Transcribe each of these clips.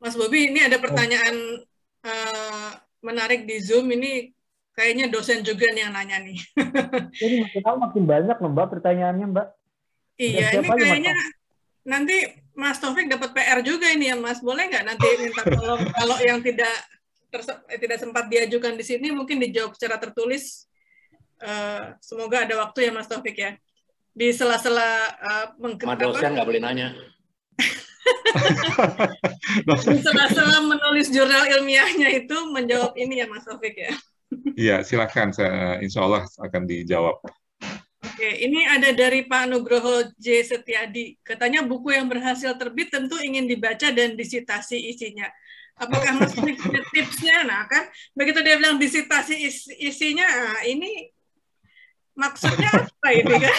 Mas Bobi, ini ada pertanyaan menarik di Zoom. Ini kayaknya dosen juga nih yang nanya nih. Jadi makin banyak loh Mbak pertanyaannya Mbak. Iya, ini kayaknya nanti Mas Taufik dapat PR juga ini ya Mas. Boleh nggak nanti minta tolong kalau yang tidak sempat diajukan di sini mungkin dijawab secara tertulis. Semoga ada waktu ya Mas Taufik ya. Di sela-sela dosen nggak boleh nanya. Di sela-sela menulis jurnal ilmiahnya itu menjawab ini ya Mas Taufik ya. Iya, silakan. Insya Allah akan dijawab. Oke, ini ada dari Pak Nugroho J. Setiadi. Katanya buku yang berhasil terbit tentu ingin dibaca dan disitasi isinya. Apakah Mas punya tipsnya? Nah kan, begitu dia bilang disitasi isinya, nah, ini maksudnya apa ini kan?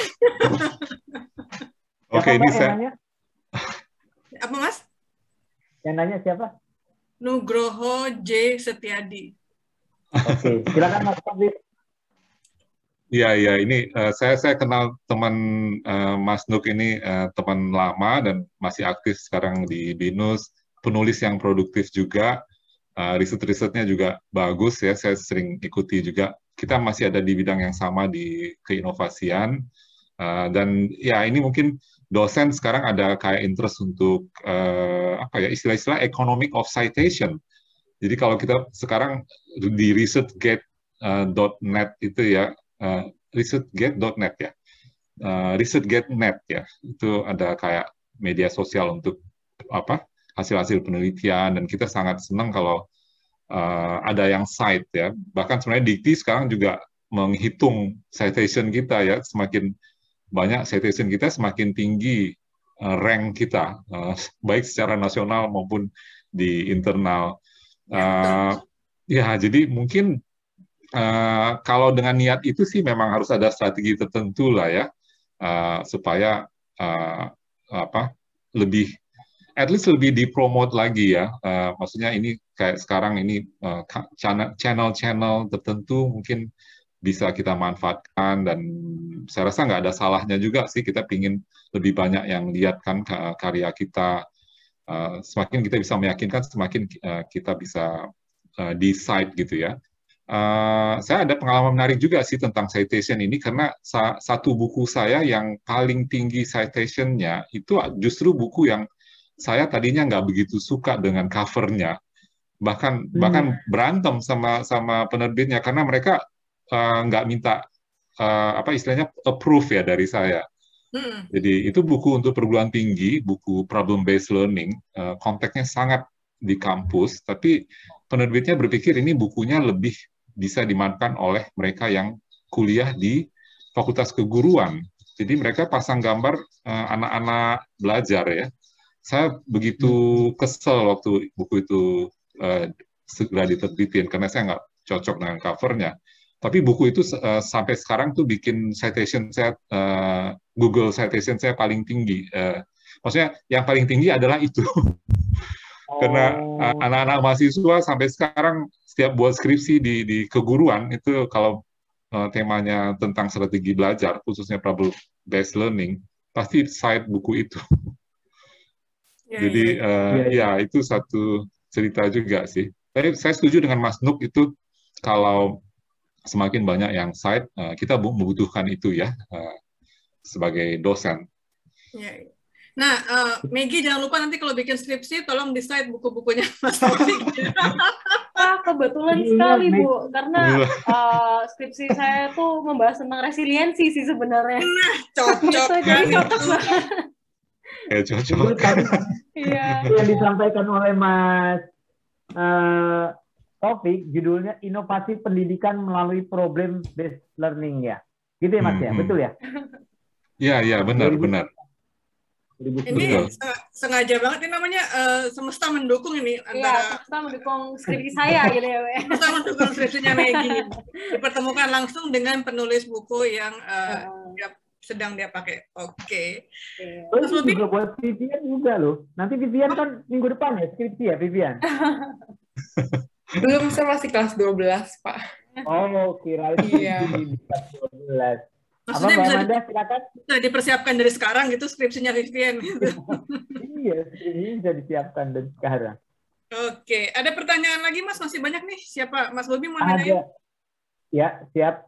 Oke, ini saya. Apa Mas? Yang nanya siapa? Nugroho J. Setiadi. Oke, silakan Mas Taufik. Iya, ini saya kenal teman Mas Nuk ini teman lama dan masih aktif sekarang di BINUS, penulis yang produktif juga, riset-risetnya juga bagus ya, saya sering ikuti juga. Kita masih ada di bidang yang sama di keinovasian, dan ya ini mungkin dosen sekarang ada kayak interest untuk istilah-istilah economic of citation. Jadi kalau kita sekarang di researchgate.net itu ya, researchgate.net ya, researchgate.net ya, itu ada kayak media sosial untuk hasil-hasil penelitian, dan kita sangat senang kalau ada yang cite ya. Bahkan sebenarnya Dikti sekarang juga menghitung citation kita ya, semakin banyak citation kita semakin tinggi rank kita, baik secara nasional maupun di internal. Ya, jadi mungkin kalau dengan niat itu sih memang harus ada strategi tertentu lah ya, supaya lebih, at least lebih dipromote lagi ya. Maksudnya ini kayak sekarang ini channel-channel tertentu mungkin bisa kita manfaatkan, dan saya rasa nggak ada salahnya juga sih kita pingin lebih banyak yang lihat kan karya kita. Semakin kita bisa meyakinkan, semakin kita bisa decide gitu ya. Saya ada pengalaman menarik juga sih tentang citation ini, karena satu buku saya yang paling tinggi citation-nya itu justru buku yang saya tadinya nggak begitu suka dengan cover-nya, bahkan berantem sama penerbitnya karena mereka nggak minta istilahnya approve ya dari saya. Jadi itu buku untuk perguruan tinggi, buku problem based learning, konteksnya sangat di kampus, tapi penerbitnya berpikir ini bukunya lebih bisa dimanfaatkan oleh mereka yang kuliah di fakultas keguruan. Jadi mereka pasang gambar anak-anak belajar ya. Saya begitu kesel waktu buku itu segera diterbitin karena saya nggak cocok dengan covernya. Tapi buku itu sampai sekarang tuh bikin citation saya, Google citation saya paling tinggi. Maksudnya yang paling tinggi adalah itu. Karena anak-anak mahasiswa sampai sekarang setiap buat skripsi di keguruan itu kalau temanya tentang strategi belajar, khususnya problem based learning, pasti cite buku itu. Jadi ya itu satu cerita juga sih. Tapi saya setuju dengan Mas Nuk itu, kalau semakin banyak yang cite, kita membutuhkan itu ya sebagai dosen. Nah, Maggie jangan lupa nanti kalau bikin skripsi tolong di-cite buku-bukunya Mas Taufik. Kebetulan sekali Bu, karena skripsi saya tuh membahas tentang resiliensi sih sebenarnya. Nah, cocok. Jadi cocok banget. Ya cocok. Iya. Yang disampaikan oleh Mas Taufik, judulnya Inovasi Pendidikan Melalui Problem Based Learning ya. Gitu ya Mas ya, betul ya? Iya, benar. Ini sengaja banget ini namanya semesta mendukung ini antara semesta mendukung skripsi saya gitu ya, semesta mendukung skripsinya Maggie. Dipertemukan langsung dengan penulis buku yang sedang dia pakai. Oke. Terus juga buat Vivian juga loh. Nanti Vivian kan minggu depan ya skripsi ya Vivian. Belum, saya masih kelas 12, Pak. Oh, kirain iya. Di kelas 12. Maksudnya silakan. Bisa dipersiapkan dari sekarang gitu skripsinya Vivian gitu. Iya, ini bisa disiapkan dari sekarang. Oke, ada pertanyaan lagi Mas? Masih banyak nih. Siapa? Mas Bobi mau nanyain? Ada. Ya, siap.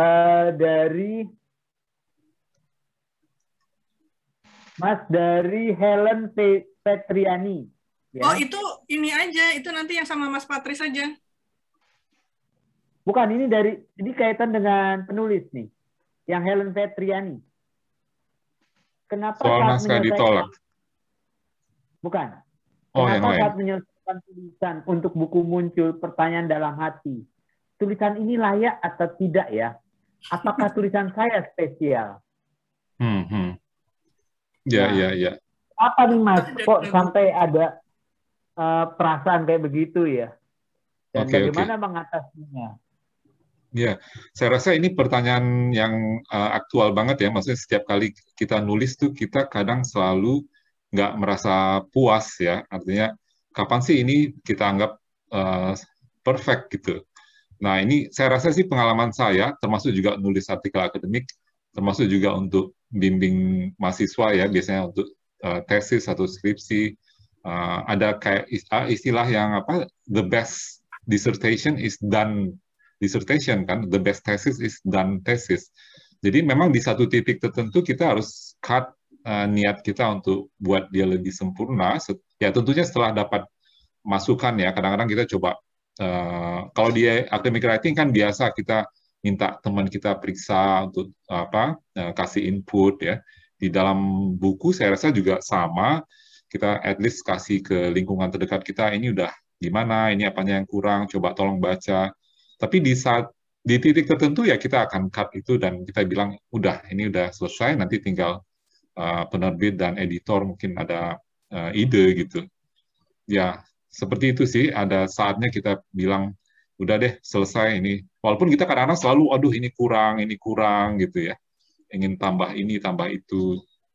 Dari Helen Petriani. Ya. Oh, itu ini aja. Itu nanti yang sama Mas Patris aja. Bukan, ini kaitan dengan penulis nih. Yang Helen Petriani. Kenapa Soal saat naskah menyelesaikan... ditolak. Bukan. Oh, yang Kenapa lain. saat menyelesaikan tulisan untuk buku muncul pertanyaan dalam hati? Tulisan ini layak atau tidak ya? Apakah tulisan saya spesial? Ya. Apa nih Mas? Kok sampai ada perasaan kayak begitu ya? Dan bagaimana mengatasinya? Ya, saya rasa ini pertanyaan yang aktual banget ya. Maksudnya setiap kali kita nulis tuh kita kadang selalu nggak merasa puas ya. Artinya kapan sih ini kita anggap perfect gitu. Nah ini saya rasa sih pengalaman saya, termasuk juga nulis artikel akademik, termasuk juga untuk bimbing mahasiswa ya, biasanya untuk tesis atau skripsi, ada kayak istilah yang apa, the best dissertation is done dissertation kan, the best thesis is done thesis. Jadi memang di satu titik tertentu kita harus cut niat kita untuk buat dia lebih sempurna. Ya tentunya setelah dapat masukan ya, kadang-kadang kita coba kalau di academic writing kan biasa kita minta teman kita periksa untuk kasih input ya. Di dalam buku saya rasa juga sama, kita at least kasih ke lingkungan terdekat kita, ini udah gimana, ini apanya yang kurang, coba tolong baca. Tapi di titik tertentu ya kita akan cut itu dan kita bilang udah ini udah selesai, nanti tinggal penerbit dan editor mungkin ada ide gitu. Ya seperti itu sih, ada saatnya kita bilang udah deh selesai ini. Walaupun kita kadang-kadang selalu aduh ini kurang gitu ya, ingin tambah ini tambah itu.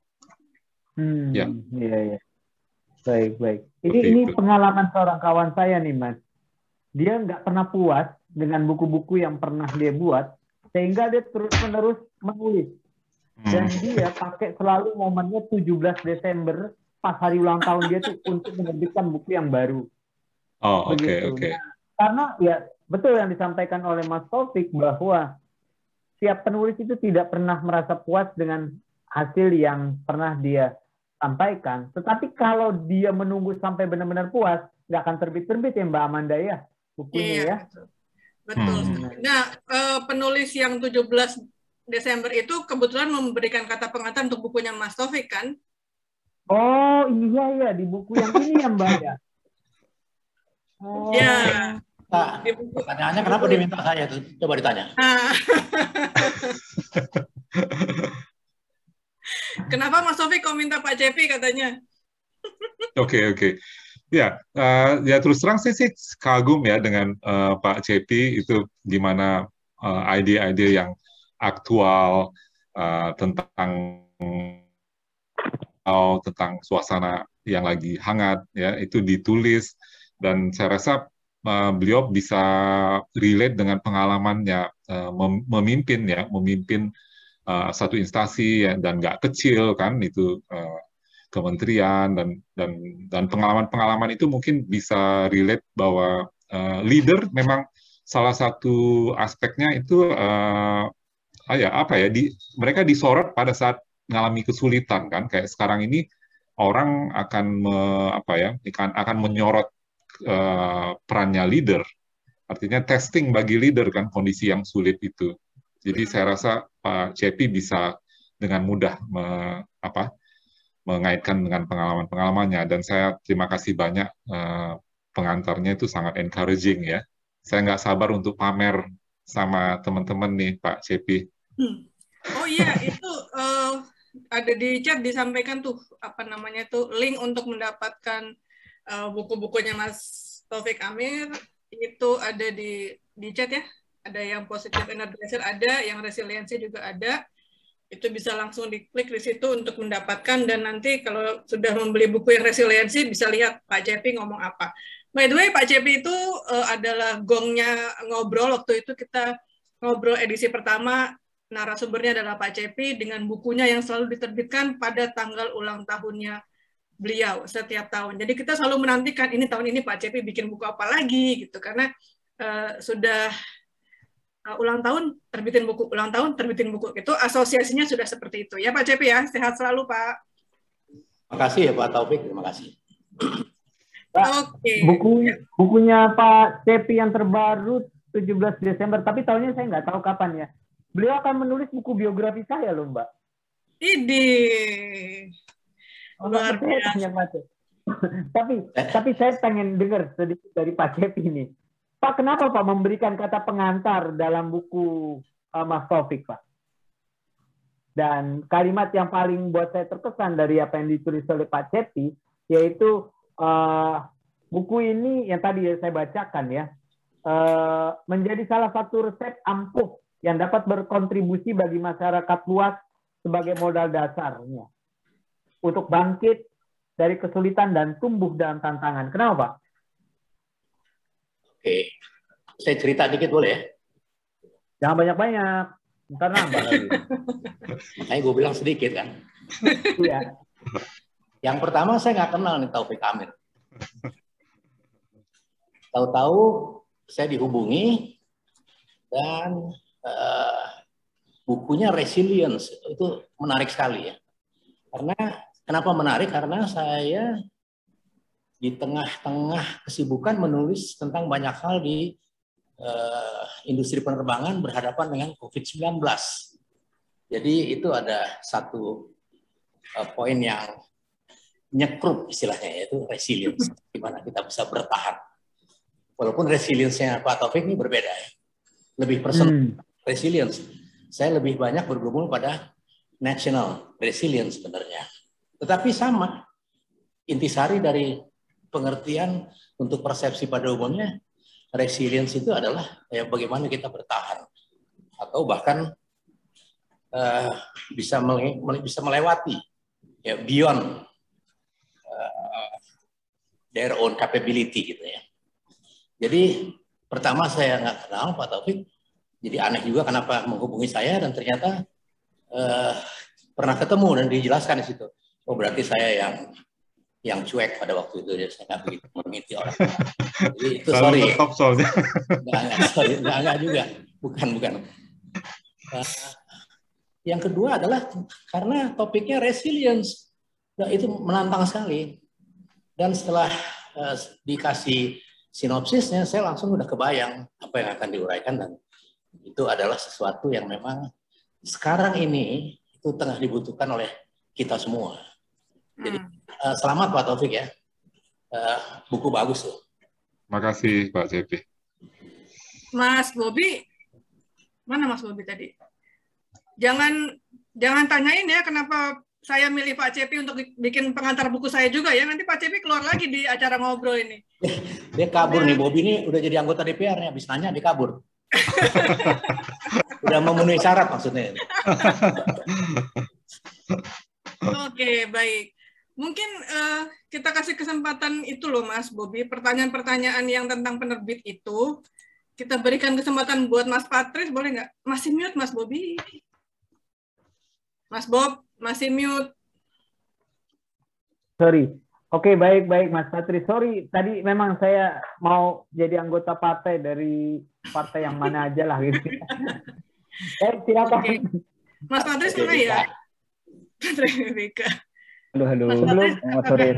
Ya. Iya. Baik. Seperti Ini itu. pengalaman seorang kawan saya nih Mas. Dia nggak pernah puas dengan buku-buku yang pernah dia buat, sehingga dia terus-menerus menulis. Dan dia pakai selalu momennya 17 Desember, pas hari ulang tahun dia tuh untuk menerbitkan buku yang baru. Oh, oke. Nah, karena ya betul yang disampaikan oleh Mas Taufik bahwa setiap penulis itu tidak pernah merasa puas dengan hasil yang pernah dia sampaikan. Tetapi kalau dia menunggu sampai benar-benar puas, nggak akan terbit-terbit ya Mbak Amanda ya bukunya ya. Betul. Nah, penulis yang 17 Desember itu kebetulan memberikan kata pengantar untuk bukunya Mas Taufik kan? Oh iya di buku yang ini ya Mbak ya. Oh. Ya. Nah, pertanyaannya kenapa diminta saya tuh? Coba ditanya. Kenapa Mas Taufik kok minta Pak Cepi katanya? Oke. Ya terus terang saya sih kagum ya dengan Pak Cepi itu gimana ide-ide yang aktual tentang suasana yang lagi hangat ya itu ditulis, dan saya rasa beliau bisa relate dengan pengalamannya memimpin satu instansi ya, dan nggak kecil kan itu kementerian, dan pengalaman itu mungkin bisa relate bahwa leader memang salah satu aspeknya itu mereka disorot pada saat mengalami kesulitan kan, kayak sekarang ini orang akan menyorot perannya leader, artinya testing bagi leader kan kondisi yang sulit itu. Jadi saya rasa Pak Cepi bisa dengan mudah mengaitkan dengan pengalaman-pengalamannya, dan saya terima kasih banyak pengantarnya itu sangat encouraging ya. Saya nggak sabar untuk pamer sama teman-teman nih Pak Cepi. Oh iya, itu ada di chat disampaikan tuh link untuk mendapatkan buku-bukunya Mas Taufik Amir itu ada di chat ya. Ada yang positive energizer, ada yang resiliensi juga ada. Itu bisa langsung diklik di situ untuk mendapatkan, dan nanti kalau sudah membeli buku yang resiliensi bisa lihat Pak Cepi ngomong apa. By the way, Pak Cepi itu adalah gongnya ngobrol. Waktu itu kita ngobrol edisi pertama, narasumbernya adalah Pak Cepi dengan bukunya yang selalu diterbitkan pada tanggal ulang tahunnya beliau setiap tahun. Jadi kita selalu menantikan ini tahun ini Pak Cepi bikin buku apa lagi gitu, karena sudah ulang tahun terbitin buku, ulang tahun terbitin buku, itu asosiasinya sudah seperti itu ya Pak Cepi ya. Sehat selalu Pak. Makasih ya Pak Taufik, terima kasih. Oke. Bukunya Pak Cepi yang terbaru 17 Desember, tapi tahunnya saya nggak tahu kapan ya. Beliau akan menulis buku biografi saya loh Mbak. Luar biasa. tapi saya pengen dengar sedikit dari Pak Cepi ini. Pak, kenapa Pak memberikan kata pengantar dalam buku Mas Taufik, Pak? Dan kalimat yang paling buat saya terkesan dari apa yang ditulis oleh Pak Cepi, yaitu buku ini yang tadi saya bacakan ya, menjadi salah satu resep ampuh yang dapat berkontribusi bagi masyarakat luas sebagai modal dasarnya untuk bangkit dari kesulitan dan tumbuh dalam tantangan. Kenapa, Pak? Oke, saya cerita dikit boleh ya? Jangan banyak-banyak, ntar nambah lagi. Makanya gue bilang sedikit kan. Iya. Yang pertama saya nggak kenal nih Taufik Amir. Tahu-tahu saya dihubungi dan bukunya Resilience itu menarik sekali ya. Karena kenapa menarik? Karena saya di tengah-tengah kesibukan menulis tentang banyak hal di industri penerbangan berhadapan dengan COVID-19. Jadi itu ada satu poin yang nyekrup istilahnya, yaitu resilience. Gimana kita bisa bertahan. Walaupun resilience-nya Pak Taufik ini berbeda ya. Lebih personal resilience. Saya lebih banyak bergumul pada national resilience sebenarnya. Tetapi sama, intisari dari pengertian untuk persepsi pada umumnya, resilience itu adalah ya, bagaimana kita bertahan. Atau bahkan bisa melewati ya, beyond their own capability gitu ya. Jadi pertama saya nggak kenal Pak Taufik, jadi aneh juga kenapa menghubungi saya dan ternyata pernah ketemu dan dijelaskan di situ. Oh berarti saya yang cuek pada waktu itu, saya nggak begitu mengerti orang. Jadi itu sorry. Nggak juga, bukan. Yang kedua adalah karena topiknya resilience, nah, itu menantang sekali. Dan setelah dikasih sinopsisnya, saya langsung udah kebayang apa yang akan diuraikan, dan itu adalah sesuatu yang memang sekarang ini itu tengah dibutuhkan oleh kita semua. Jadi selamat Pak Taufik ya, buku bagus loh. Makasih Pak Cepi. Mas Bobi, mana Mas Bobi tadi? Jangan tanyain ya kenapa saya milih Pak Cepi untuk bikin pengantar buku saya juga ya. Nanti Pak Cepi keluar lagi di acara ngobrol ini. Dia kabur nih, Bobi ini udah jadi anggota DPR-nya, habis nanya dia kabur. Udah memenuhi syarat maksudnya. Oke, baik. Mungkin kita kasih kesempatan itu loh Mas Bobi, pertanyaan-pertanyaan yang tentang penerbit itu, kita berikan kesempatan buat Mas Patris, boleh nggak? Masih mute Mas Bobi. Mas Bob, masih mute. Sorry. Oke, baik Mas Patris. Sorry, tadi memang saya mau jadi anggota partai dari partai yang mana aja lah gitu. Silakan. Oke. Mas Patris mana ya? Halo. Selamat sore.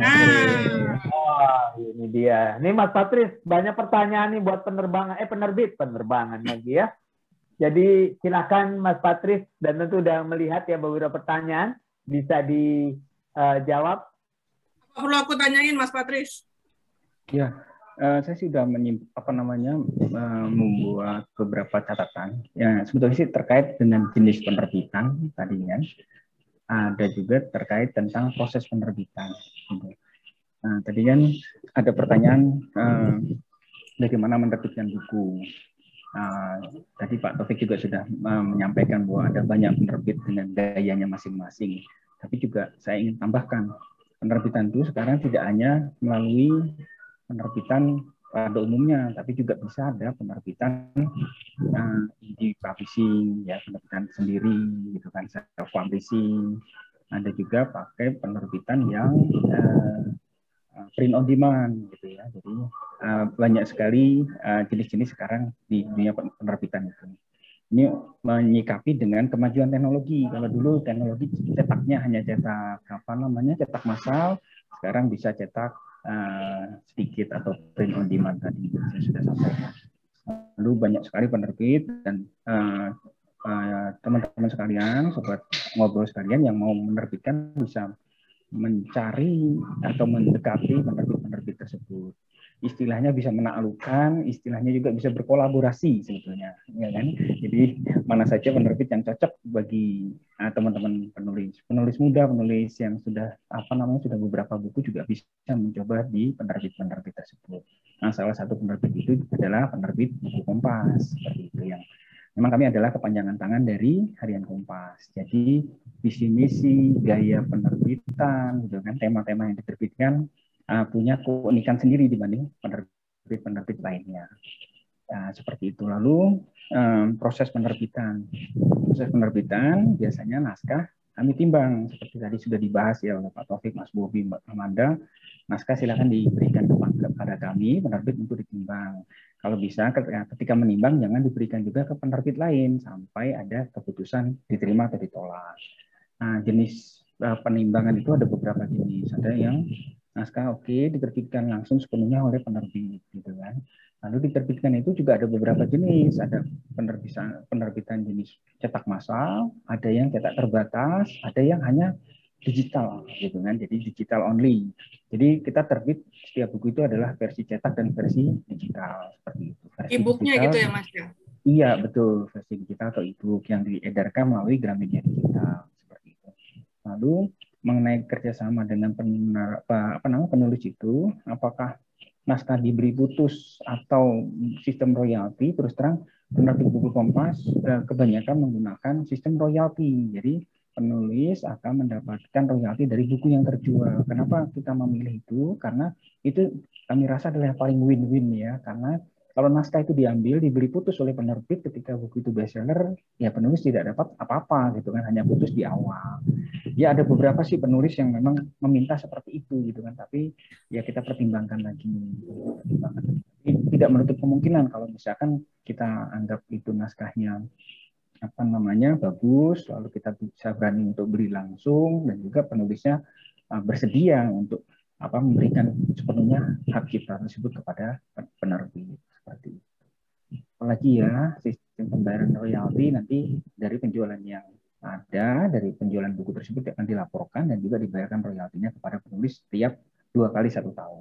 Ini dia. Nih Mas Patris, banyak pertanyaan nih buat penerbit lagi ya. Jadi silakan Mas Patris, dan tentu udah melihat ya beberapa pertanyaan, bisa dijawab. Apa perlu aku tanyain Mas Patris? Ya, saya sudah membuat beberapa catatan. Ya, sebetulnya sih terkait dengan jenis penerbitan tadinya. Ada juga terkait tentang proses penerbitan. Nah, tadi kan ada pertanyaan bagaimana menerbitkan buku. Tadi Pak Taufik juga sudah menyampaikan bahwa ada banyak penerbit dengan gayanya masing-masing. Tapi juga saya ingin tambahkan, penerbitan itu sekarang tidak hanya melalui penerbitan pada umumnya, tapi juga bisa ada penerbitan di publishing, ya penerbitan sendiri, gitu kan, self publishing, ada juga pakai penerbitan yang print on demand gitu ya. Jadi banyak sekali jenis-jenis sekarang di dunia penerbitan itu. Ini menyikapi dengan kemajuan teknologi. Kalau dulu teknologi cetaknya hanya cetak massal, sekarang bisa cetak sedikit atau print on demand tadi saya sudah sampaikan. Lalu banyak sekali penerbit dan teman-teman sekalian, sobat ngobrol sekalian yang mau menerbitkan bisa mencari atau mendekati penerbit-penerbit tersebut. Istilahnya bisa menaklukkan, istilahnya juga bisa berkolaborasi sebetulnya, ya kan? Jadi mana saja penerbit yang cocok bagi teman-teman penulis muda, penulis yang sudah sudah beberapa buku juga bisa mencoba di penerbit-penerbit tersebut. Nah, salah satu penerbit itu adalah penerbit buku Kompas, seperti itu yang memang kami adalah kepanjangan tangan dari Harian Kompas. Jadi visi misi, gaya penerbitan, gitu kan, tema-tema yang diterbitkan punya keunikan sendiri dibanding penerbit-penerbit lainnya. Seperti itu. Lalu proses penerbitan. Proses penerbitan biasanya naskah kami timbang seperti tadi sudah dibahas ya oleh Pak Taufik, Mas Bobi, Mbak Amanda. Naskah silakan diberikan kepada kami penerbit untuk ditimbang. Kalau bisa ketika menimbang jangan diberikan juga ke penerbit lain sampai ada keputusan diterima atau ditolak. Nah, jenis penimbangan itu ada beberapa jenis. Ada yang naskah diterbitkan langsung sepenuhnya oleh penerbit, gitu kan. Lalu diterbitkan itu juga ada beberapa jenis. Ada penerbitan jenis cetak massal, ada yang cetak terbatas, ada yang hanya digital, gitu kan. Jadi digital only. Jadi kita terbit setiap buku itu adalah versi cetak dan versi digital seperti itu. E-booknya gitu ya, Mas? Iya, betul, versi digital atau e-book yang diedarkan melalui Gramedia Digital seperti itu. Lalu mengenai kerjasama dengan penulis itu, apakah naskah diberi putus atau sistem royalti? Terus terang penerbit buku Kompas kebanyakan menggunakan sistem royalti. Jadi penulis akan mendapatkan royalti dari buku yang terjual. Kenapa kita memilih itu? Karena itu kami rasa adalah yang paling win-win ya. Karena kalau naskah itu diambil, diberi putus oleh penerbit ketika buku itu bestseller, ya penulis tidak dapat apa-apa gitu kan, hanya putus di awal. Ya ada beberapa sih penulis yang memang meminta seperti itu gitu kan, tapi ya kita pertimbangkan lagi. Tidak menutup kemungkinan kalau misalkan kita anggap itu naskahnya bagus, lalu kita bisa berani untuk beli langsung dan juga penulisnya bersedia untuk memberikan sepenuhnya hak cipta tersebut kepada penerbit seperti itu. Apalagi ya sistem pembayaran royalti nanti dari penjualan yang ada, dari penjualan buku tersebut akan dilaporkan dan juga dibayarkan royaltinya kepada penulis setiap 2 kali 1 tahun.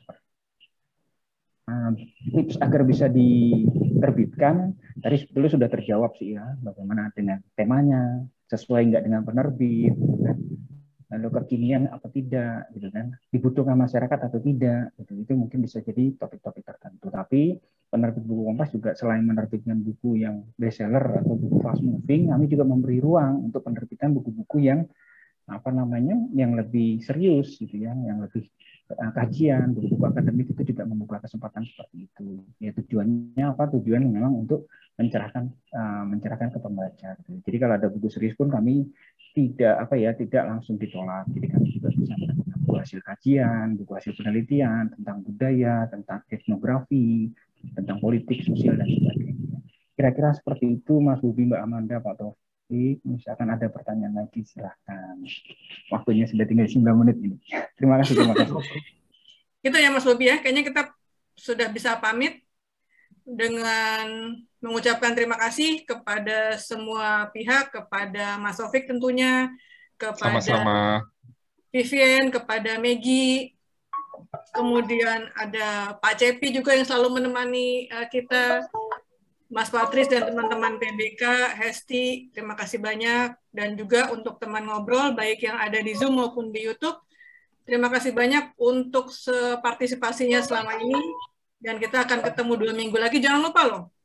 Tips agar bisa diterbitkan tadi sebetulnya sudah terjawab sih ya, bagaimana dengan temanya, sesuai nggak dengan penerbit, gitu kan? Lalu kekinian apa tidak, gitu kan? Dibutuhkan masyarakat atau tidak, gitu. Itu mungkin bisa jadi topik-topik tertentu. Tapi penerbit buku Kompas juga selain menerbitkan buku yang bestseller atau buku fast moving, kami juga memberi ruang untuk penerbitan buku-buku yang yang lebih serius, gitu ya, yang lebih kajian, buku-buku akademik itu juga membuka kesempatan seperti itu. Ya tujuannya apa? Tujuan memang untuk mencerahkan ke pembaca. Gitu. Jadi kalau ada buku serius pun kami tidak langsung ditolak. Jadi kami juga bisa mendapatkan buku hasil kajian, buku hasil penelitian tentang budaya, tentang etnografi, tentang politik, sosial dan sebagainya. Kira-kira seperti itu, Mas Bobi, Mbak Amanda, Pak Taufik. Misalkan ada pertanyaan lagi, silahkan. Waktunya sudah tinggal 9 menit ini. Terima kasih. Itu ya Mas Bobi ya, kayaknya kita sudah bisa pamit dengan mengucapkan terima kasih kepada semua pihak, kepada Mas Taufik tentunya, kepada sama-sama Vivian, kepada Maggie, kemudian ada Pak Cepi juga yang selalu menemani kita, Mas Patris dan teman-teman PBK, Hesti, terima kasih banyak. Dan juga untuk teman ngobrol, baik yang ada di Zoom maupun di YouTube, terima kasih banyak untuk partisipasinya selama ini. Dan kita akan ketemu 2 minggu lagi. Jangan lupa loh,